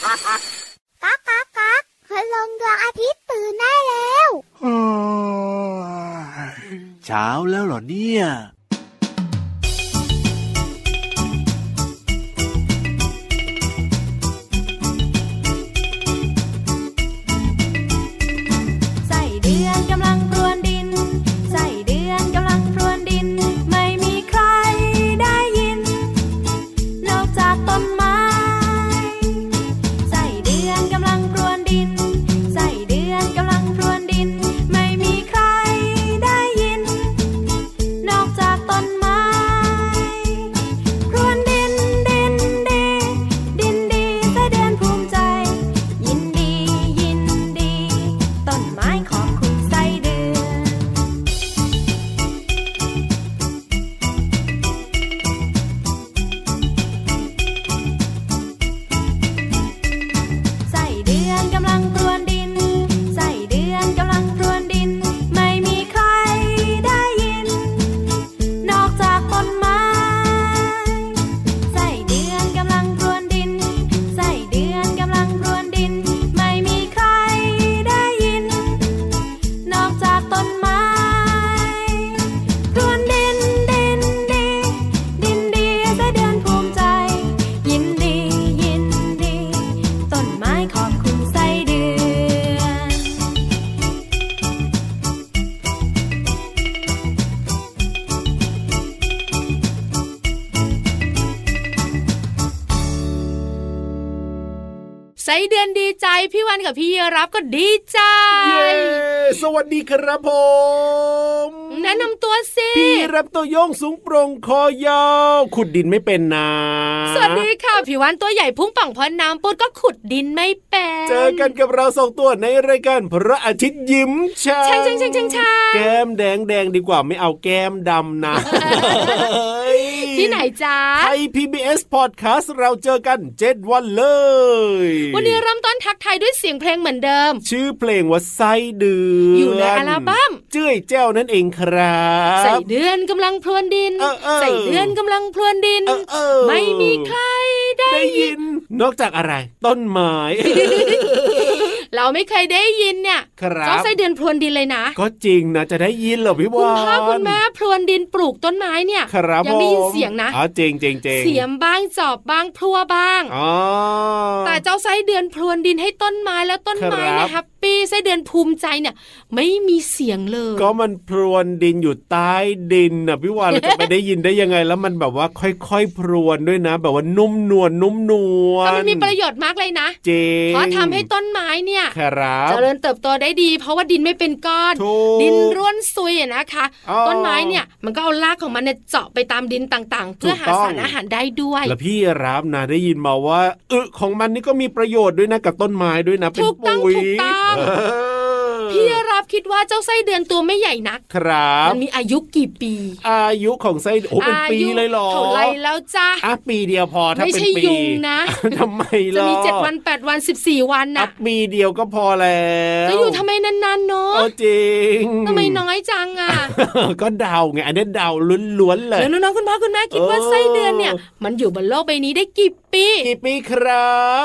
ก๊ากก๊ากก๊ากพลังดวงอาทิตย์ตื่นได้แล้วเช้าแล้วเหรอเนี่ยไส้เดือนกำลังพรวนดินไส้เดือนกำลังพรวนดินไม่มีใครได้ยินนอกจากต้นไม้ไส้เดือนกำลังพรวนดินไส้เดือนกำลังพรวนดินไม่มีใครได้ยินนอกจากต้นไม้พรวนดินดินดีดินดีไส้เดือนภูมิใจยินดียินดีต้นไม้ขอบคุณไส้เดือนไส้เดือนกำลังพรวนดินไส้เดือนกำลังพรวนดินไม่มีใครได้ยินนอกจากต้นไม้ไส้เดือนกำลังพรวนดินไส้เดือนกำลังพรวนดินไม่มีใครได้ยินนอกจากต้นไม้พรวนดินดินดีดินดีไส้เดือนภูมิใจยินดียินดีต้นไม้ขอบคุณไส้เดือนไส้เดือนดีใจพี่วันกับพี่รับก็ดีใจเย้สวัสดีครับผมแนะนำตัวสิพี่รับตัวโยงสูงโปร่งคอยาวขุดดินไม่เป็นนะสวัสดีค่ะพี่วันตัวใหญ่พุ่งป่องพอน้ำปุดก็ขุดดินไม่เป็นเจอกันกับเราสองตัวในรายการพระอาทิตย์ยิ้มช่างแก้มแดงแดงดีกว่าไม่เอาแก้มดำนะที่ไหนจ๊ะไทย PBS Podcast เราเจอกัน7 วันเลยวันนี้เริ่มต้นทักทายด้วยเสียงเพลงเหมือนเดิมชื่อเพลงว่าไส้เดือนอยู่ในอัลบั้มเจ้ยแจ้วนั่นเองครับไส้เดือนกำลังพรวนดินไส้เดือนกำลังพรวนดินไม่มีใครได้ยินนอกจากอะไรต้นไม้เราไม่เคยได้ยินเนี่ยเจ้าไส้เดือนพรวนดินเลยนะก็จริงนะจะได้ยินเหรอพี่วานคุณพ่อคุณแม่พรวนดินปลูกต้นไม้เนี่ยยังได้ยินเสียงนะจริงเสียมบ้างจอบบ้างพลัวบ้างแต่เจ้าไส้เดือนพรวนดินให้ต้นไม้แล้วต้นไม้เนี่ยแฮปปี้ไส้เดือนภูมิใจเนี่ยไม่มีเสียงเลยก็มันพรวนดินอยู่ใต้ดินน่ะพี่วานเราจะไปได้ยินได้ยังไงแล้วมันแบบว่าค่อยๆพรวนด้วยนะแบบว่านุ่มนวลแต่มันมีประโยชน์มากเลยนะจริงเพราะทำให้ต้นไม้เนี่ยเจริญเติบโตได้ดีเพราะว่าดินไม่เป็นก้อนดินร่วนซุยนะคะต้นไม้เนี่ยมันก็เอารากของมันเนี่ยเจาะไปตามดินต่างๆเพื่อหาสารอาหารได้ด้วยแล้วพี่รับนะได้ยินมาว่าของมันนี่ก็มีประโยชน์ด้วยนะกับต้นไม้ด้วยนะเป็นปุ๋ยถูกต้องพี่รับคิดว่าเจ้าไส้เดือนตัวไม่ใหญ่นักครับมันมีอายุกี่ปีอายุของไส้โอ้เป็นปีเลยหรอเท่าไรแล้วจ้าปีเดียวพอถ้าเป็นปีไม่ใช่ยุงนะทำไมล่ะจะมี7 วัน8 วัน14 วันน่ะปีเดียวก็พอแล้วจะอยู่ทำไมนานๆเนาะจริงทำไมน้อยจังอ่ะก็เดาไงอันนี้เดาล้วนๆเลยแล้วน้องๆคุณพ่อคุณแม่คิดว่าไส้เดือนเนี่ยมันอยู่บนโลกใบนี้ได้กี่ปีครับ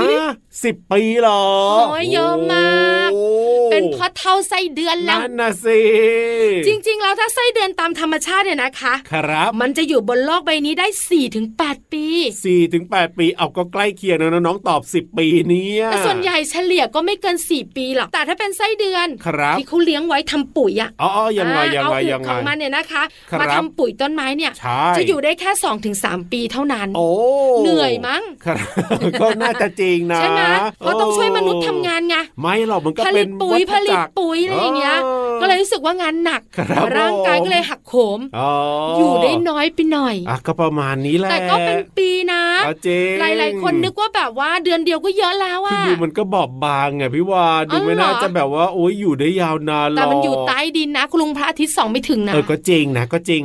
10 ปีหรอน้อยเยอะมากเป็นเพราะเท่าไส้เดือนแล้วนั่นน่ะสิจริงๆแล้วถ้าไส้เดือนตามธรรมชาติเนี่ยนะคะครับมันจะอยู่บนโลกใบนี้ได้ 4-8 ปีเอาก็ใกล้เคียงนะน้องๆตอบ10 ปีเนี่ยแต่ส่วนใหญ่เฉลี่ยก็ไม่เกิน4 ปีหรอกแต่ถ้าเป็นไส้เดือนที่เขาเลี้ยงไว้ทำปุ๋ยอ่ะยังไงเอาของมันเนี่ยนะคะมาทำปุ๋ยต้นไม้เนี่ยจะอยู่ได้แค่ 2-3 ปีเท่านั้นเหนื่อยมั้งก็น่าจะจริงนะใช่ไหมเพราะต้องช่วยมนุษย์ทำงานไงไม่หรอกมันก็เป็นผลิตปุ๋ยอะไรอย่างเงี้ยก็เลยรู้สึกว่างานหนักร่างกายก็เลยหักโหมอยู่ได้น้อยไปหน่อยก็ประมาณนี้แหละแต่ก็เป็นปีนะหลายๆคนนึกว่าแบบว่าเดือนเดียวก็เยอะแล้วอ่ะดูมันก็บอบบางไงพี่วานดูไม่น่าจะแบบว่าโอ้ยอยู่ได้ยาวนานหรอกแต่มันอยู่ใต้ดินนะคุณลุงพระอาทิตย์ส่องไม่ถึงนะก็จริงนะ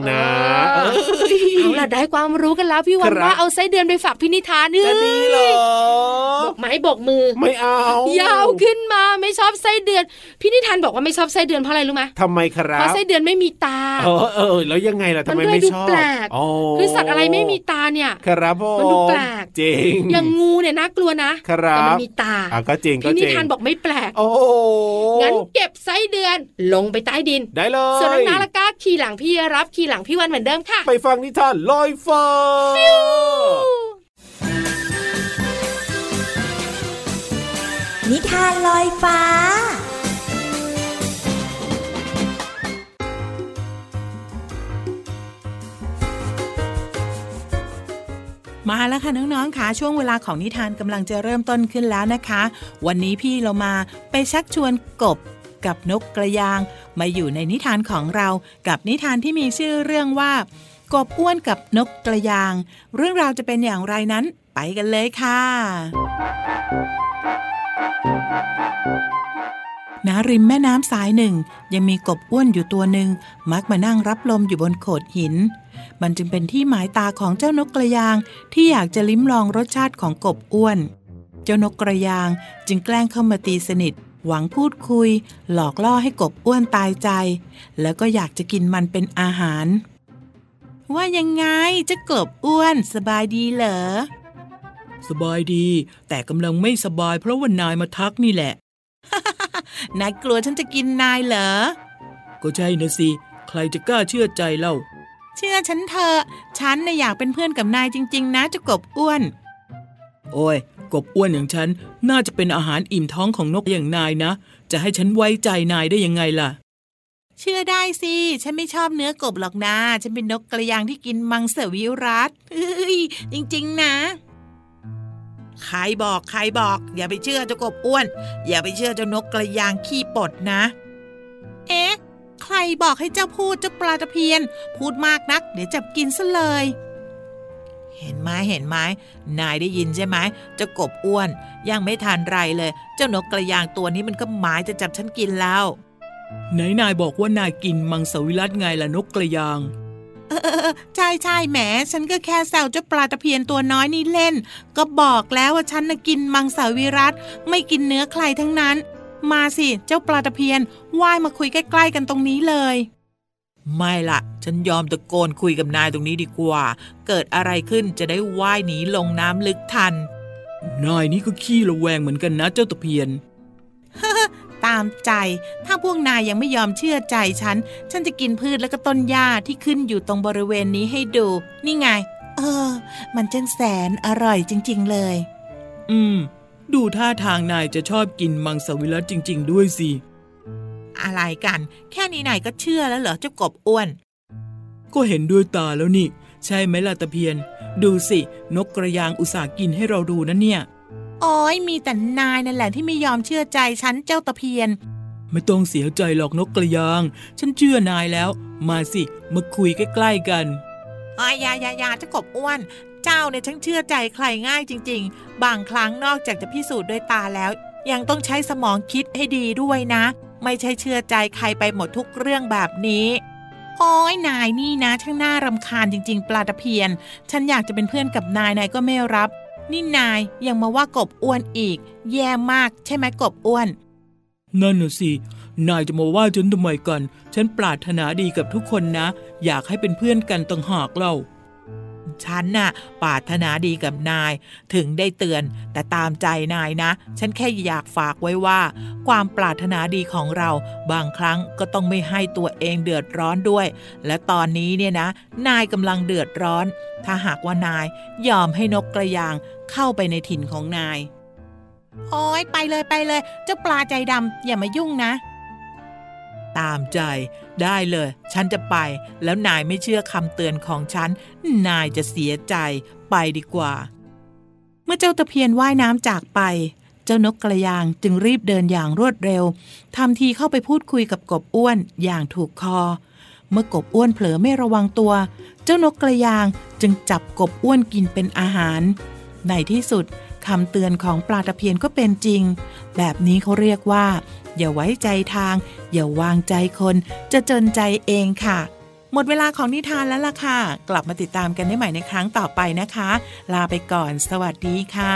เอาล่ะได้ความรู้กันแล้วพี่วันว่าเอาไส้เดือนไปฝากพี่นิทานจะดีเหรอบอกไม้บอกมือไม่เอายาวขึ้นมาไม่ชอบไส้เดือนพี่นิทานบอกว่าไม่ชอบไส้เดือนเพราะอะไรรู้ไหมทำไมครับเพราะไส้เดือนไม่มีตาแล้วยังไงล่ะทำไมไม่ชอบมันดูแปลกคือสัตว์อะไรไม่มีตาเนี่ยครับมันดูแปลกจริงอย่างงูเนี่ยน่ากลัวนะแต่มันมีตาก็จริงพี่นิทานบอกไม่แปลกงั้นเก็บไส้เดือนลงไปใต้ดินได้เลยส่วนน้องๆละก็ขี่หลังพี่รับขี่หลังพี่วันเหมือนเดิมค่ะไปฟังนิทานลอยฟ้านิทานลอยฟ้ามาแล้วค่ะน้องๆค่ะช่วงเวลาของนิทานกำลังจะเริ่มต้นขึ้นแล้วนะคะวันนี้พี่เรามาไปชักชวนกบกับนกกระยางมาอยู่ในนิทานของเรากับนิทานที่มีชื่อเรื่องว่ากบอ้วนกับนกกระยางเรื่องราวจะเป็นอย่างไรนั้นไปกันเลยค่ะณริมแม่น้ำสายหนึ่งยังมีกบอ้วนอยู่ตัวหนึ่งมักมานั่งรับลมอยู่บนโขดหินมันจึงเป็นที่หมายตาของเจ้านกกระยางที่อยากจะลิ้มลองรสชาติของกบอ้วนเจ้านกกระยางจึงแกล้งเข้ามาตีสนิทหวังพูดคุยหลอกล่อให้กบอ้วนตายใจแล้วก็อยากจะกินมันเป็นอาหารว่ายังไงจะกบอ้วนสบายดีเหรอสบายดีแต่กำลังไม่สบายเพราะว่านายมาทักนี่แหละนายกลัวฉันจะกินนายเหรอก็ใช่นะสิใครจะกล้าเชื่อใจเล่าเชื่อฉันเถอะฉันน่ะอยากเป็นเพื่อนกับนายจริงๆนะเจ้ากบอ้วนโอ้ยกบอ้วนอย่างฉันน่าจะเป็นอาหารอิ่มท้องของนกอย่างนายนะจะให้ฉันไว้ใจนายได้ยังไงล่ะเชื่อได้สิฉันไม่ชอบเนื้อกบหรอกนะฉันเป็นนกกระยางที่กินมังสวิรัติจริงๆนะใครบอกอย่าไปเชื่อเจ้ากบอ้วนอย่าไปเชื่อเจ้านกกระยางขี้ปดนะเอ๊ะใครบอกให้เจ้าพูดเจ้าปลาตะเพียนพูดมากนักเดี๋ยวจับกินซะเลยเห็นไหมนายได้ยินใช่ไหมเจ้ากบอ้วนยังไม่ทันไรเลยเจ้านกกระยางตัวนี้มันก็หมายจะจับฉันกินแล้วไหนนายบอกว่านายกินมังสวิรัติไงล่ะนกกระยางใช่แหมฉันก็แค่แซวเจ้าปลาตะเพียนตัวน้อยนี่เล่นก็บอกแล้วว่าฉันน่ะกินมังสวิรัติไม่กินเนื้อใครทั้งนั้นมาสิเจ้าปลาตะเพียนว่ายมาคุยใกล้ๆกันตรงนี้เลยไม่ล่ะฉันยอมตะโกนคุยกับนายตรงนี้ดีกว่าเกิดอะไรขึ้นจะได้ว่ายหนีลงน้ำลึกทันนายนี่ก็ขี้ระแวงเหมือนกันนะเจ้าตะเพียนตามใจถ้าพวกนายยังไม่ยอมเชื่อใจฉันจะกินพืชและก็ต้นหญ้าที่ขึ้นอยู่ตรงบริเวณนี้ให้ดูนี่ไงมันช่างแสนอร่อยจริงๆเลยดูท่าทางนายจะชอบกินมังสวิรัติจริงๆด้วยสิอะไรกันแค่นี้นายก็เชื่อแล้วเหรอเจ้ากบอ้วนก็เห็นด้วยตาแล้วนี่ใช่ไหมล่ะตะเพียนดูสินกกระยางอุตส่าห์กินให้เราดูนะเนี่ยโอ้ยมีแต่นายนั่นแหละที่ไม่ยอมเชื่อใจฉันเจ้าตะเพียนไม่ต้องเสียใจหรอกนกกระยางฉันเชื่อนายแล้วมาสิมาคุยใกล้ๆกันอย่าเจ้ากบอ้วนเจ้าเนี่ยฉันเชื่อใจใครง่ายจริงๆบางครั้งนอกจากจะพิสูจน์ด้วยตาแล้วยังต้องใช้สมองคิดให้ดีด้วยนะไม่ใช่เชื่อใจใครไปหมดทุกเรื่องแบบนี้โอ้ยนายนี่นะช่างน่ารำคาญจริงๆปลาตะเพียนฉันอยากจะเป็นเพื่อนกับนายก็ไม่รับนี่นายยังมาว่ากบอ้วนอีกแย่มากใช่ไหมกบอ้วนนั่นน่ะสินายจะมาว่าฉันทำไมกันฉันปรารถนาดีกับทุกคนนะอยากให้เป็นเพื่อนกันต่างหากเล่าฉันน่ะปรารถนาดีกับนายถึงได้เตือนแต่ตามใจนายนะฉันแค่อยากฝากไว้ว่าความปรารถนาดีของเราบางครั้งก็ต้องไม่ให้ตัวเองเดือดร้อนด้วยและตอนนี้เนี่ยนะนายกำลังเดือดร้อนถ้าหากว่านายยอมให้นกกระยางเข้าไปในถิ่นของนายโอ๊ยไปเลยเจ้าปลาใจดำอย่ามายุ่งนะตามใจได้เลยฉันจะไปแล้วนายไม่เชื่อคำเตือนของฉันนายจะเสียใจไปดีกว่าเมื่อเจ้าตะเพียนว่ายน้ำจากไปเจ้านกกระยางจึงรีบเดินอย่างรวดเร็วทำทีเข้าไปพูดคุยกับกบอ้วนอย่างถูกคอเมื่อกบอ้วนเผลอไม่ระวังตัวเจ้านกกระยางจึงจับกบอ้วนกินเป็นอาหารในที่สุดคำเตือนของปลาตะเพียนก็เป็นจริงแบบนี้เขาเรียกว่าอย่าไว้ใจทางอย่าวางใจคนจะจนใจเองค่ะหมดเวลาของนิทานแล้วล่ะค่ะกลับมาติดตามกันได้ใหม่ในครั้งต่อไปนะคะลาไปก่อนสวัสดีค่ะ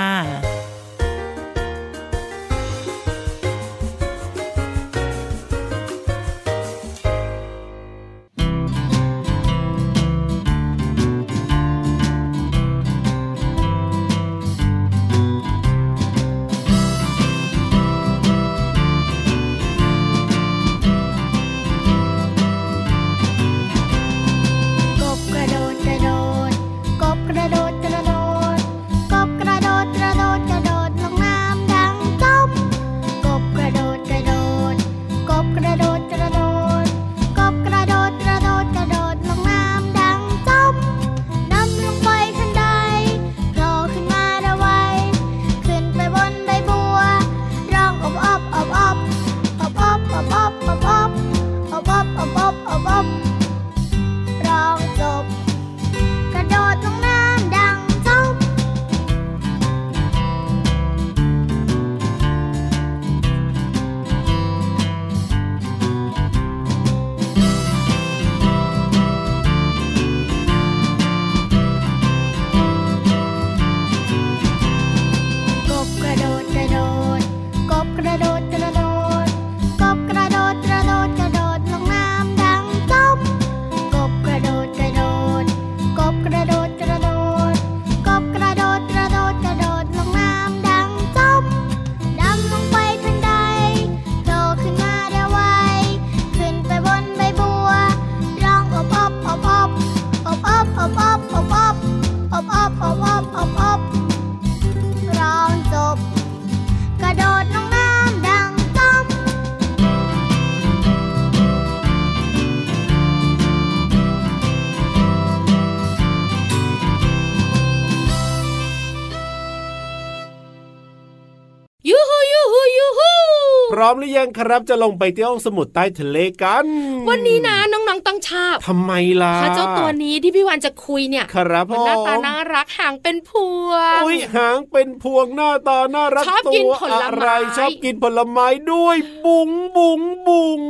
ร้อมหรือยังครับจะลงไปที่ห้องสมุดใต้ทะเลกันวันนี้นะน้องๆต้องชอบทำไมล่ะเจ้าตัวนี้ที่พี่วันจะคุยเนี่ยครับมันหน้าตาน่ารักหางเป็นพวงอุ้ยหางเป็นพวงหน้าตาน่ารักตัวอะไรชอบกินผลไม้ด้วยบุ๋งบุ๋งบุ๋ง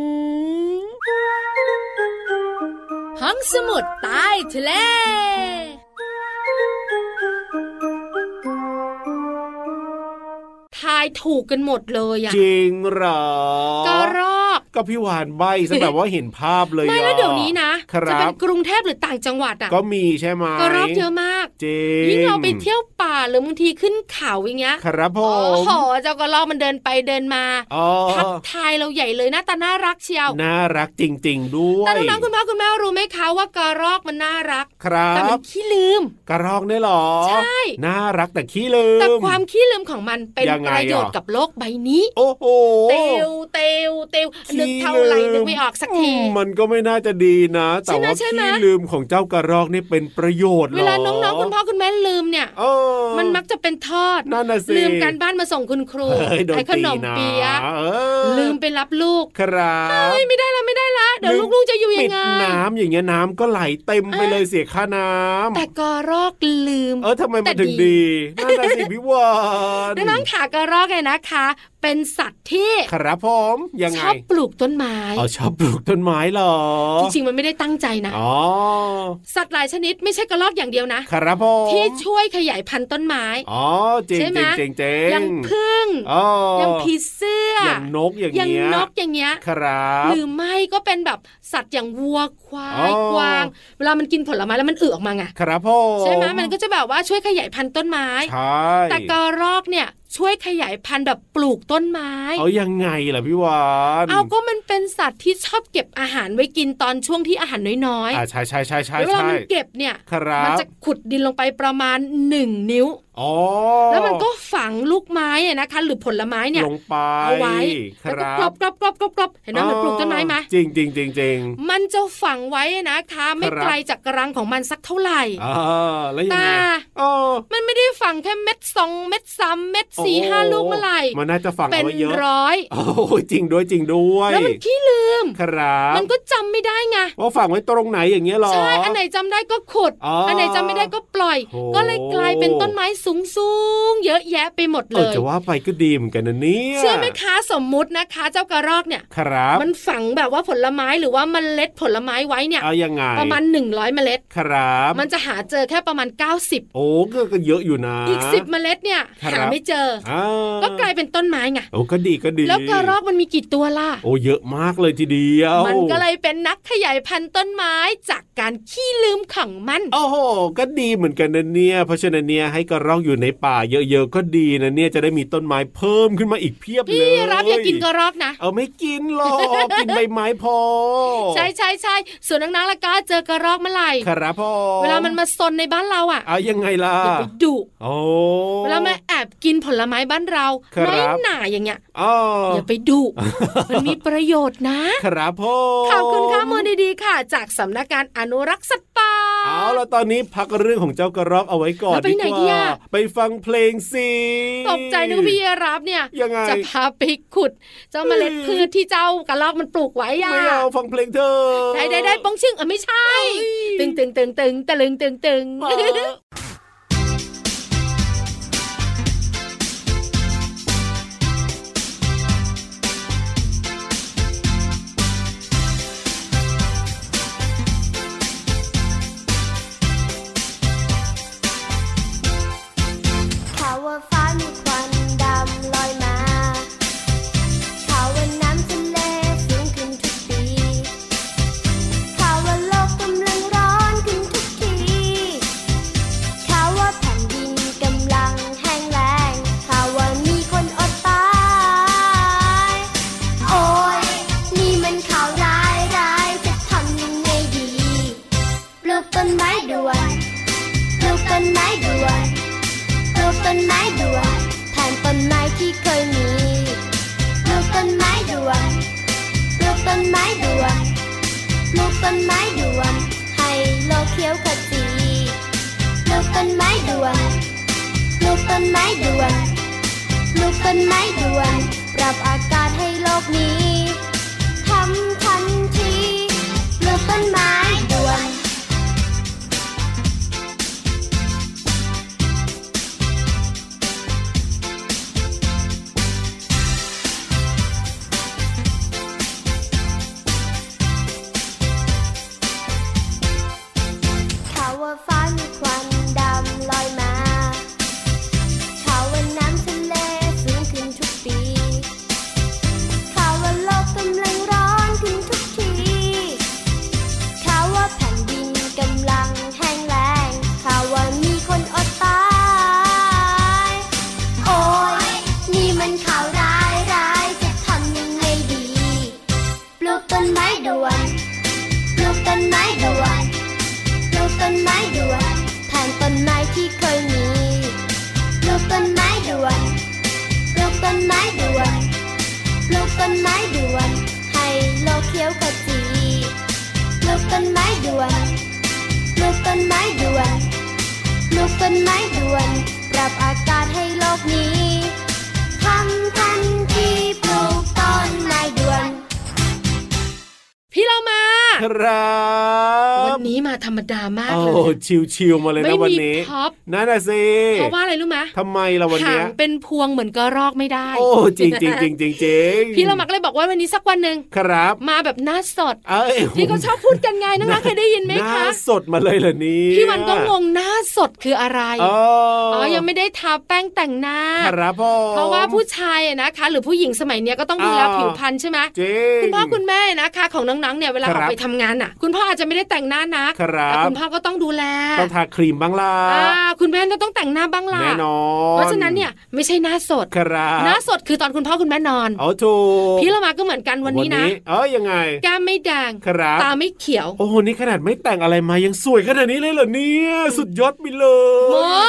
ห้องสมุดใต้ทะเลทายถูกกันหมดเลยอะจริงหรอกระรอกก็พี่วานใบ้ซะแบบว่าเห็นภาพเลยไม่แล้วเดี๋ยวนี้นะจะเป็นกรุงเทพหรือต่างจังหวัดอะก็มีใช่ไหมกระรอกเยอะมากจริงยิ่งเราไปเที่ยวป่าหรือบางทีขึ้นเขาอย่างเงี้ยครับผมโอ้โหเจ้ากระรอกมันเดินไปเดินมาทักทายเราใหญ่เลยหน้าตาน่ารักเชียวน่ารักจริงๆด้วยแต่น้องๆคุณพ่อคุณแม่รู้ไหมคะว่ากระรอกมันน่ารักครับแต่มันขี้ลืมกระรอกเนี่ยหรอใช่น่ารักแต่ขี้ลืมแต่ความขี้ลืมของมันเป็นประโยชน์กับโลกใบนี้โอ้โหเตียวนึกเท่าไหร่นึกไม่ออกสักทีมันก็ไม่น่าจะดีนะแต่ว่าขี้ลืมของเจ้ากระรอกนี่เป็นประโยชน์เวลาน้องๆคุณพ่อคุณแม่ลืมเนี่ยมันมักจะเป็นทอดลืมการบ้านมาส่งคุณครูไอ้ขนมเปี๊ยะลืมไปรับลูกครับไม่ได้ละเดี๋ยวลูกๆจะอยู่ยังไงปิดน้ำอย่างเงี้ยน้ำก็ไหลเต็มไปเลยเสียค่าน้ำแต่กระรอกลืมทำไมมันถึงดีน่าจะสิพี่วานน้องขากระรอกเลยนะคะเป็นสัตว์ที่ครับผมยังไงชอบปลูกต้นไม้ชอบปลูกต้นไม้เหรอจริงๆมันไม่ได้ตั้งใจนะสัตว์หลายชนิดไม่ใช่กระรอกอย่างเดียวนะครับผมที่ช่วยขยายพันธุ์ต้นไม้จริงอย่างผึ้งอย่างผีเสื้ออย่างนกอย่างเงี้ยครับหรือไม่ก็เป็นแบบสัตว์อย่างวัวควายกวางเวลามันกินผลไม้แล้วมันอึออกมาไงครับผมใช่ไหมมันก็จะแบบว่าช่วยขยายพันธุ์ต้นไม้แต่กระรอกเนี่ยช่วยขยายพันธุ์แบบปลูกต้นไม้ยังไงล่ะพี่วานก็มันเป็นสัตว์ที่ชอบเก็บอาหารไว้กินตอนช่วงที่อาหารน้อยๆใช่เวลามันเก็บเนี่ยมันจะขุดดินลงไปประมาณ1 นิ้วแล้วมันก็ฝังลูกไม้นะคะหรือผลไม้เนี่ยลงไปเอาไว้แล้วก็กรอบเห็นไหมมันปลูกต้นไม้ไหมจริงมันจะฝังไว้นะคะไม่ไกลจากรังของมันสักเท่าไหร่แล้วยังไงมันไม่ได้ฝังแค่เม็ด2 เม็ด3 เม็ด4-5 ลูกเมื่อไหร่มันน่าจะฝังเอาไว้เยอะเป็นร้อยจริงด้วยแล้วมันขี้ลืมมันก็จำไม่ได้ไงว่าฝังไว้ตรงไหนอย่างเงี้ยหรอใช่อันไหนจำได้ก็ขุดอันไหนจำไม่ได้ก็ปล่อยก็เลยกลายเป็นต้นไม้สูงเยอะแยะไปหมดเลยจะว่าไปก็ดีเหมือนกันนะเนี่ยเชื่อไหมคะสมมุตินะคะเจ้ากระรอกเนี่ยมันฝังแบบว่าผลไม้หรือว่าเมล็ดผลไม้ไว้เนี่ยยังไงประมาณ100 เมล็ดมันจะหาเจอแค่ประมาณ90 ก็เยอะอยู่นะอีก10 เมล็ดเนี่ยหาไม่เจอก็กลายเป็นต้นไม้ไงก็ดีแล้วกระรอกมันมีกี่ตัวล่ะเยอะมากเลยทีเดียวมันก็เลยเป็นนักขยายพันธุ์ต้นไม้จากการขี้ลืมของมันก็ดีเหมือนกันนะเนี่ยเพราะฉะนั้นเนี่ยให้กระรอกอยู่ในป่าเยอะๆก็ดีนะเนี่ยจะได้มีต้นไม้เพิ่มขึ้นมาอีกเพียบเลยพี่รับอย่ากินกระรอกนะไม่กินหรอกกินใบไม้พอใช่ส่วนนักๆแล้วก็เจอกระรอกเมื่อไหร่ครับพ่อเวลามันมาซนในบ้านเรายังไงล่ะอย่าไปดุเวลามาแอบกินผลไม้บ้านเราไม่หน่าอย่างเงี้ยอย่าไปดุมันมีประโยชน์นะครับพ่อขอบคุณข้อมูลดีๆค่ะจากสำนักงานอนุรักษ์สัตว์ป่าแล้วตอนนี้พักเรื่องของเจ้ากระรอกเอาไว้ก่อนดีกว่าไปฟังเพลงสิตกใจนึกพี่รับเนี่ยจะพาไปขุดเจ้าเมล็ดพืชที่เจ้ากระรอกมันปลูกไว้ไม่เอาฟังเพลงเธอได้ป้องชึ่งไม่ใช่ตึงตะลึงต้นไม้ด่วนให้โลกเขียวขจีปลูกต้นไม้ด่วนปลูกต้นไม้ด่วนปลูกต้นไม้ด่วนปรับอากาศให้กนี้ทำทันทีปลูกต้นไม้ด่วนต้นไม้ด่วนให้โลกเขียวขจีปลูกต้นไม้ด่วนปลูกต้นไม้ด่วนปลูกต้นไม้ด่วนปรับอากาศให้โลกนี้ทำทันทีปลูกต้นไม้ด่วนพี่เรามาครับวันนี้มาธรรมดามากเลยโอ้ชิวๆมาเลยนะวันนี้นั่นน่ะสิเพราะว่าอะไรรู้ไหมทำไมล่ะวันนี้หางเป็นพวงเหมือนกระรอกไม่ได้โอ้จริงจริงจริงจริงจริงพี่เรามาก็เลยบอกว่าวันนี้สักวันหนึ่งครับมาแบบหน้าสดที่เขาชอบพูดกันไงน้องๆเคยได้ยินไหมคะหน้าสดมาเลยเหรอนี่พี่วันก็งงหน้าสดคืออะไรยังไม่ได้ทาแป้งแต่งหน้าครับพ่อเพราะว่าผู้ชายนะคะหรือผู้หญิงสมัยนี้ก็ต้องดูแลผิวพรรณใช่ไหมคุณพ่อคุณแม่นะคะของน้องๆเนี่ยเวลาออกไปทำงานคุณพ่ออาจจะไม่ได้แต่งหน้านักแต่คุณพ่อก็ต้องดูแลต้องทาครีมบ้างล่ะคุณแม่ต้องแต่งหน้าบ้างล่ะแน่นอนเพราะฉะนั้นเนี่ยไม่ใช่หน้าสดหน้าสดคือตอนคุณพ่อคุณแม่นอนถูกพี่เรามาก็เหมือนกันวันนี้นะยังไงแก้มไม่แดงตาไม่เขียวโอ้โหนี่ขนาดไม่แต่งอะไรมายังสวยขนาดนี้เลยเหรอเนี่ยสุดยอดไปเลย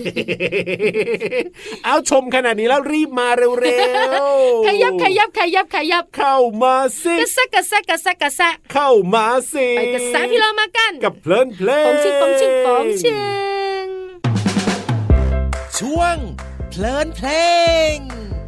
เอาชมขนาดนี้แล้วรีบมาเร็วๆขยับเข้ามาสิกระแซเข้ามาสิไปกระแซพี่เรามากันกับเพลินปองชิงช่วงเพลินเพลง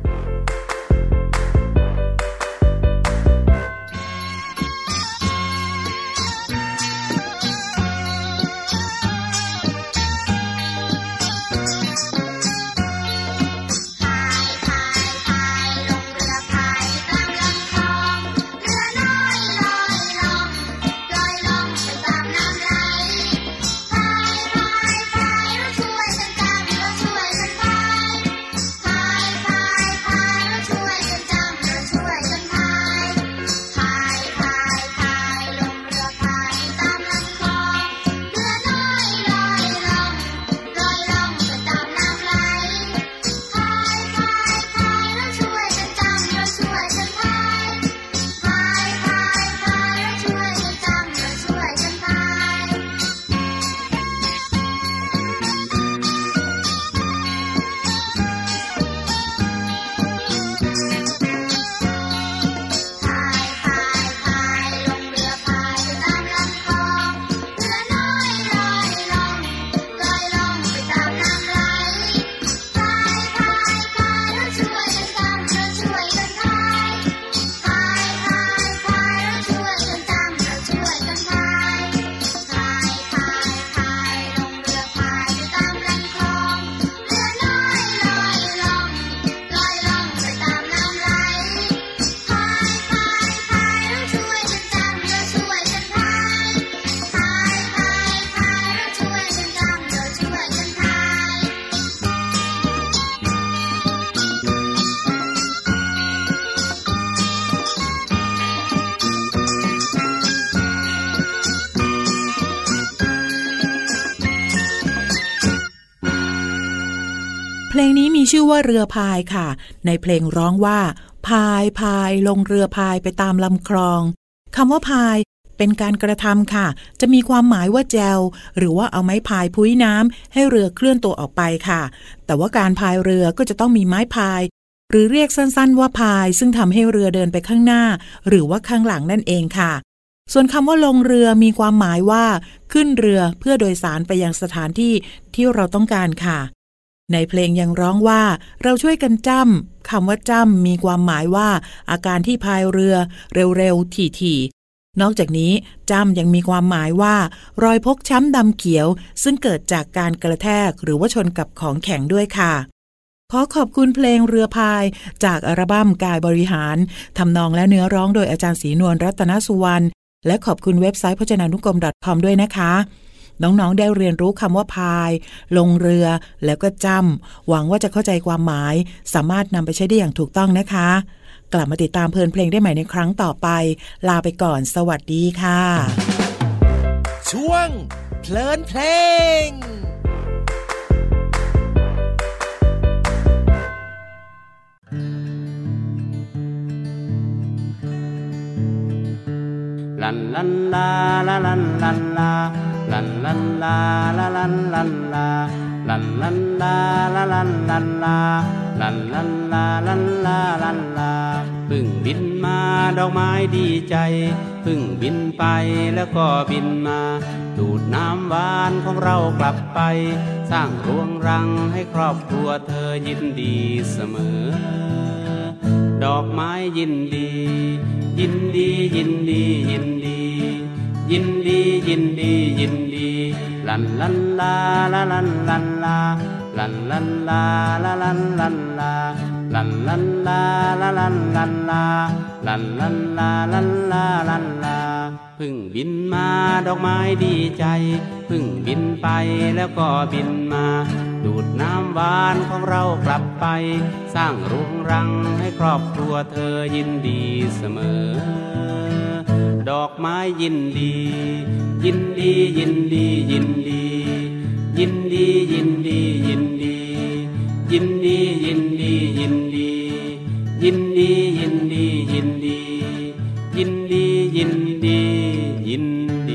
เพลงนี้มีชื่อว่าเรือพายค่ะในเพลงร้องว่าพายลงเรือพายไปตามลำคลองคำว่าพายเป็นการกระทำค่ะจะมีความหมายว่าแจวหรือว่าเอาไม้พายพุ้ยน้ำให้เรือเคลื่อนตัวออกไปค่ะแต่ว่าการพายเรือก็จะต้องมีไม้พายหรือเรียกสั้นๆว่าพายซึ่งทำให้เรือเดินไปข้างหน้าหรือว่าข้างหลังนั่นเองค่ะส่วนคำว่าลงเรือมีความหมายว่าขึ้นเรือเพื่อโดยสารไปยังสถานที่ที่เราต้องการค่ะในเพลงยังร้องว่าเราช่วยกันจ้ำคำว่าจ้ำมีความหมายว่าอาการที่พายเรือเร็วๆถี่ๆนอกจากนี้จ้ำยังมีความหมายว่ารอยพกช้ำดำเขียวซึ่งเกิดจากการกระแทกหรือว่าชนกับของแข็งด้วยค่ะขอขอบคุณเพลงเรือพายจากอัลบั้มกายบริหารทำนองและเนื้อร้องโดยอาจารย์ศรีนวลรัตนสุวรรณและขอบคุณเว็บไซต์พจนานุกรม .com ด้วยนะคะน้องๆได้เรียนรู้คำว่าพายลงเรือแล้วก็จ้ำหวังว่าจะเข้าใจความหมายสามารถนำไปใช้ได้อย่างถูกต้องนะคะกลับมาติดตามเพลินเพลงได้ใหม่ในครั้งต่อไปลาไปก่อนสวัสดีค่ะช่วงเพลินเพลงลันลันลาลาลันลันลาลันลันลาลาลันลันลาลันลันลาลาลันลันลาลันลันลาลันลาลันลาพึ่งบินมาดอกไม้ดีใจพึ่งบินไปแล้วก็บินมาดูดน้ำหวานของเรากลับไปสร้างรวงรังให้ครอบครัวเธอยินดีเสมอดอกไม้ยินดียินดียินดียินดียินดียินดียินดีลันลันลาลาลันลันลาลันลันลาลาลันลันลาลันลันลาลาลันลันลาลันลันลาลันลาลันลาพึ่งบินมาดอกไม้ดีใจพึ่งบินไปแล้วก็บินมาดูดน้ำหวานของเรากลับไปสร้างรวงรังให้ครอบครัวเธอยินดีเสมอดอกไม้ยินดียินดียินดียินดียินดียินดียินดียินดียินดียินดียินดียินดียินดียินดียินดียินดี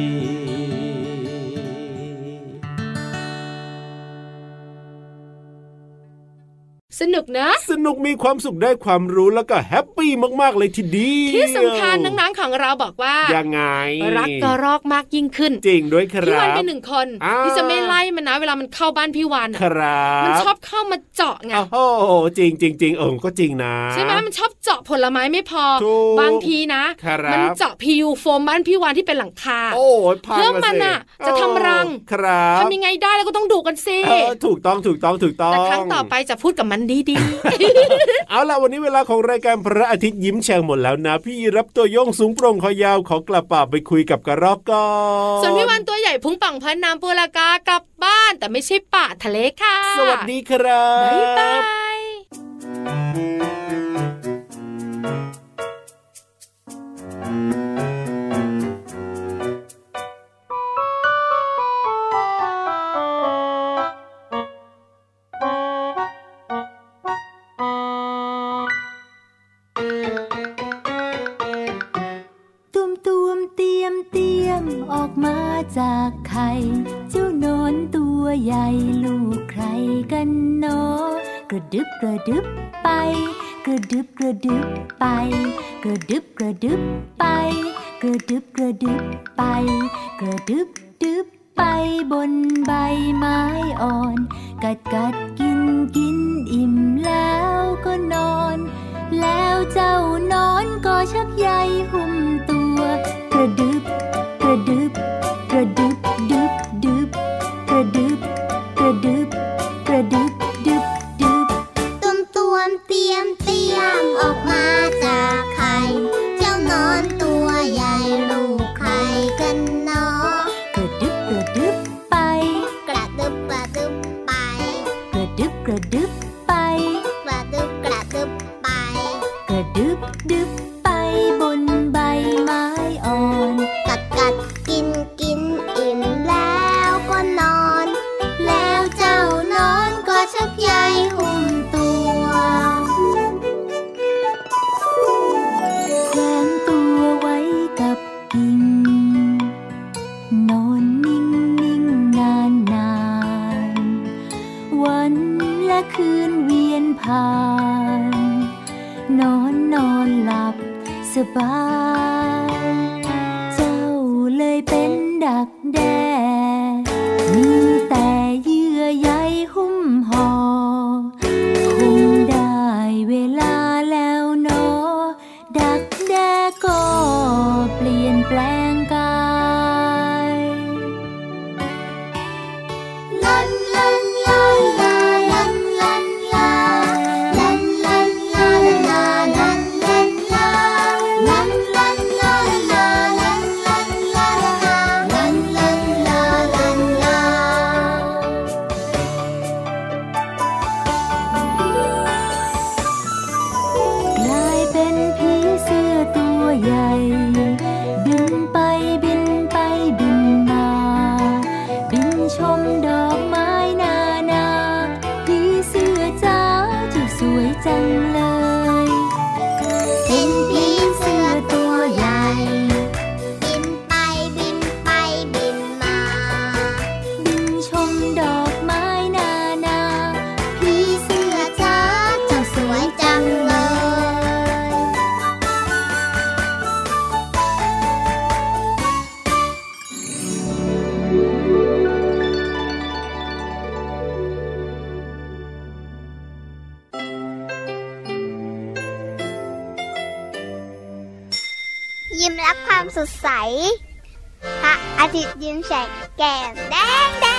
สนุกนะสนุกมีความสุขได้ความรู้แล้วก็แฮปปี้มากๆเลยทีเดียวที่สำคัญน้องๆของเราบอกว่ายังไงรักกระรอกมากยิ่งขึ้นจริงด้วยครับพี่วานเป็นหนึ่งคนที่จะไม่ไล่มันนะเวลามันเข้าบ้านพี่วานมันชอบเข้ามาเจาะไงโอ้โหจริงจริงจริงก็จริงนะใช่ไหมมันชอบเจาะผลไม้ไม่พอบางทีนะมันเจาะพิวโฟมบ้านพี่วานที่เป็นหลังคาเพื่อมันอ่ะจะทำรังทำยังไงได้แล้วก็ต้องดูกันซิถูกต้องแต่ครั้งต่อไปจะพูดกับมันดีเอาล่ะวันนี้เวลาของรายการพระอาทิตย์ยิ้มแฉ่งหมดแล้วนะพี่รับตัวโยงสูงโปร่งคอยาวขอกลับป่าไปคุยกับกระรอกก่อนส่วนพี่วันตัวใหญ่พุงป่องพันน้ำปูลากากลับบ้านแต่ไม่ใช่ป่าทะเลค่ะสวัสดีครับบ๊ายบายออกมาจากไข่เจ้านอนตัวใหญ่ลูกใครกันเนาะกระดึบกระดึบไปกระดึบกระดึบไปกระดึบกระดึบไปกระดึบกระดึบไปกระดึบดึบไปบนใบไม้อ่อนกัดกัดกินกินอิ่มแล้วก็นอนแล้วเจ้านอนก็ชักใยหุ้มตัวกระดึบกระดึบกระดึบดึบดึบกระดึบกระดึบกระดึบดึบดึบตุ้มเตรียมออกมาจากไข่เจ้านอนตัวใหญ่ลูกใครกันเนาะกระดึบกระดึบไปกระดึบกระดึบไปกระดึบกระดึบไปกระดึบกระดึบไปกระดึบดึบไปบนใบไม้อ่อนกัดกัดกินกินอิ่มแล้วก็นอนแล้วเจ้านอนก็ชักใยหุ้มตัวแขวนตัวไว้กับกิ่งนอนนิ่งนิ่งนานนานวันและคืนเวียนผ่านนอนหลับสบายเจ้าเลยเป็นดักแด้มีแต่เยื่อใยหุ้มห่อยิ้มรับความสดใสพระอาทิตย์ยิ้มแฉกแก้มแดง